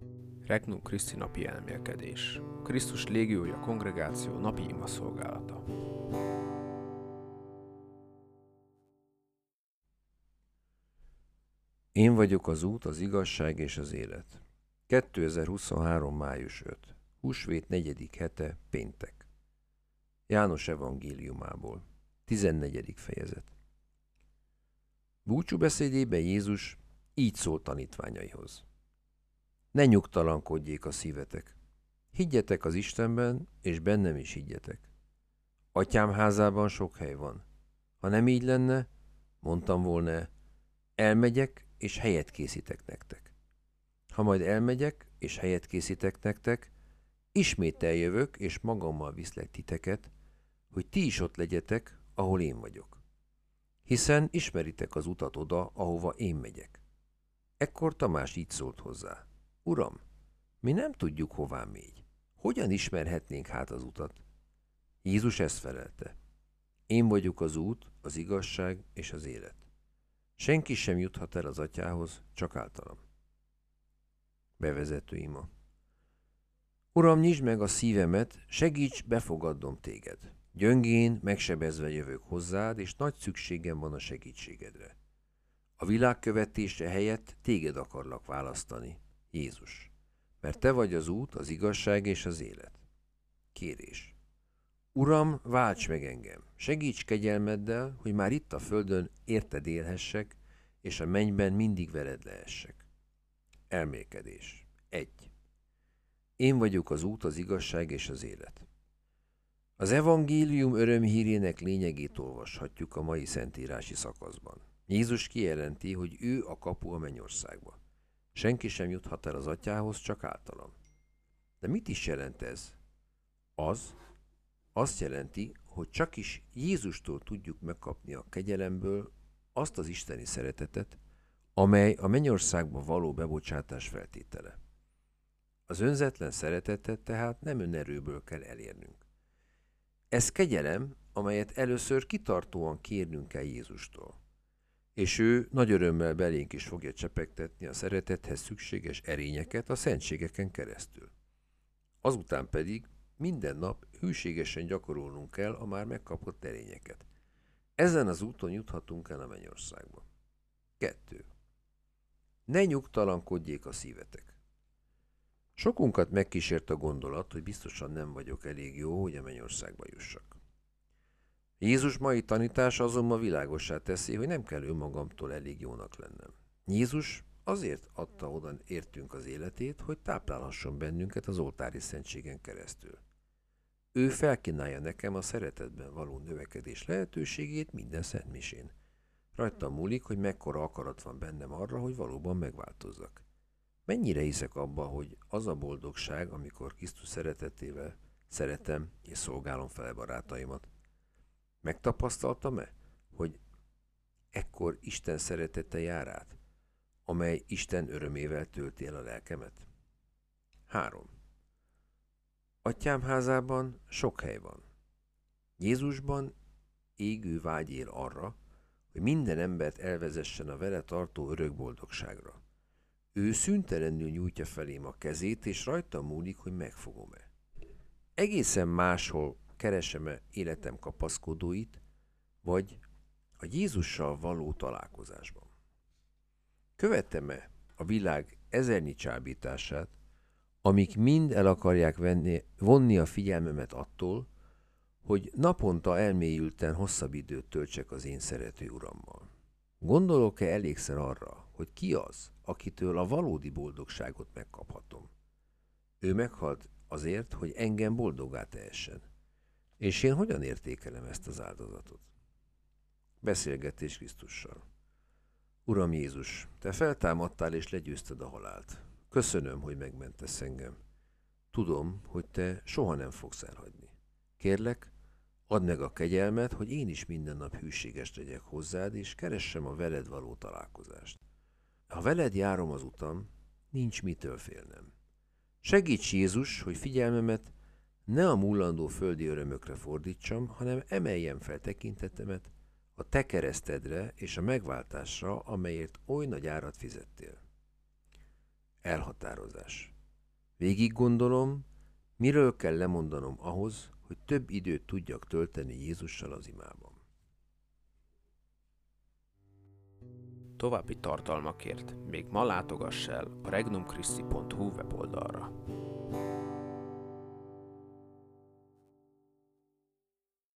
Regnum Christi napi elmélkedés. Krisztus légiója kongregáció napi ima szolgálata. Én vagyok az út, az igazság és az élet. 2023. május 5. Húsvét 4. hete, péntek. János evangéliumából. 14. fejezet. Búcsúbeszédében Jézus így szólt tanítványaihoz. Ne nyugtalankodjék a szívetek. Higgyetek az Istenben, és bennem is higgyetek. Atyám házában sok hely van. Ha nem így lenne, mondtam volna, elmegyek, és helyet készítek nektek. Ha majd elmegyek, és helyet készítek nektek, ismét eljövök, és magammal viszlek titeket, hogy ti is ott legyetek, ahol én vagyok. Hiszen ismeritek az utat oda, ahova én megyek. Ekkor Tamás így szólt hozzá. Uram, mi nem tudjuk, hová mégy. Hogyan ismerhetnénk hát az utat? Jézus ezt felelte. Én vagyok az út, az igazság és az élet. Senki sem juthat el az atyához, csak általam. Bevezető ima. Uram, nyisd meg a szívemet, segíts, befogadnom téged. Gyöngén, megsebezve jövök hozzád, és nagy szükségem van a segítségedre. A világ követése helyett téged akarlak választani, Jézus. Mert te vagy az út, az igazság és az élet. Kérés. Uram, válts meg engem, segíts kegyelmeddel, hogy már itt a földön érted élhessek, és a mennyben mindig veled lehessek. Elmélkedés. 1. Én vagyok az út, az igazság és az élet. Az evangélium örömhírének lényegét olvashatjuk a mai szentírási szakaszban. Jézus kijelenti, hogy ő a kapu a mennyországba. Senki sem juthat el az atyához, csak általam. De mit is jelent ez? Azt jelenti, hogy csak is Jézustól tudjuk megkapni a kegyelemből azt az isteni szeretetet, amely a mennyországba való bebocsátás feltétele. Az önzetlen szeretetet tehát nem önerőből kell elérnünk. Ez kegyelem, amelyet először kitartóan kérnünk kell Jézustól. És ő nagy örömmel belénk is fogja csepegtetni a szeretethez szükséges erényeket a szentségeken keresztül. Azután pedig minden nap hűségesen gyakorolnunk kell a már megkapott erényeket. Ezen az úton juthatunk el a mennyországba. 2. Ne nyugtalankodjék a szívetek. Sokunkat megkísért a gondolat, hogy biztosan nem vagyok elég jó, hogy a mennyországba jussak. Jézus mai tanítása azonban világossá teszi, hogy nem kell önmagamtól elég jónak lennem. Jézus azért adta oda értünk az életét, hogy táplálhasson bennünket az oltári szentségen keresztül. Ő felkínálja nekem a szeretetben való növekedés lehetőségét minden szentmisén. Rajtam múlik, hogy mekkora akarat van bennem arra, hogy valóban megváltozzak. Mennyire hiszek abba, hogy az a boldogság, amikor Krisztus szeretetével szeretem és szolgálom fel barátaimat. Megtapasztaltam-e, hogy ekkor Isten szeretete jár át, amely Isten örömével tölti el a lelkemet? 3. Atyám házában sok hely van. Jézusban égő vágy él arra, hogy minden embert elvezessen a vele tartó örök boldogságra. Ő szüntelenül nyújtja felém a kezét, és rajta múlik, hogy megfogom-e. Egészen máshol keresem-e életem kapaszkodóit, vagy a Jézussal való találkozásban. Követem-e a világ ezernyi csábítását, amik mind el akarják vonni a figyelmemet attól, hogy naponta elmélyülten hosszabb időt töltsek az én szerető Urammal. Gondolok-e elégszer arra, hogy ki az, akitől a valódi boldogságot megkaphatom? Ő meghalt azért, hogy engem boldoggá tehessen. És én hogyan értékelem ezt az áldozatot? Beszélgetés Krisztussal. Uram Jézus, te feltámadtál és legyőzted a halált. Köszönöm, hogy megmentesz engem. Tudom, hogy te soha nem fogsz elhagyni. Kérlek, add meg a kegyelmet, hogy én is minden nap hűséges legyek hozzád, és keressem a veled való találkozást. Ha veled járom az utam, nincs mitől félnem. Segíts Jézus, hogy figyelmemet ne a múlandó földi örömökre fordítsam, hanem emeljem fel tekintetemet a te keresztedre és a megváltásra, amelyért oly nagy árat fizettél. Elhatározás. Végig gondolom, miről kell lemondanom ahhoz, hogy több időt tudjak tölteni Jézussal az imában. További tartalmakért még ma látogass el a regnumchristi.hu weboldalra.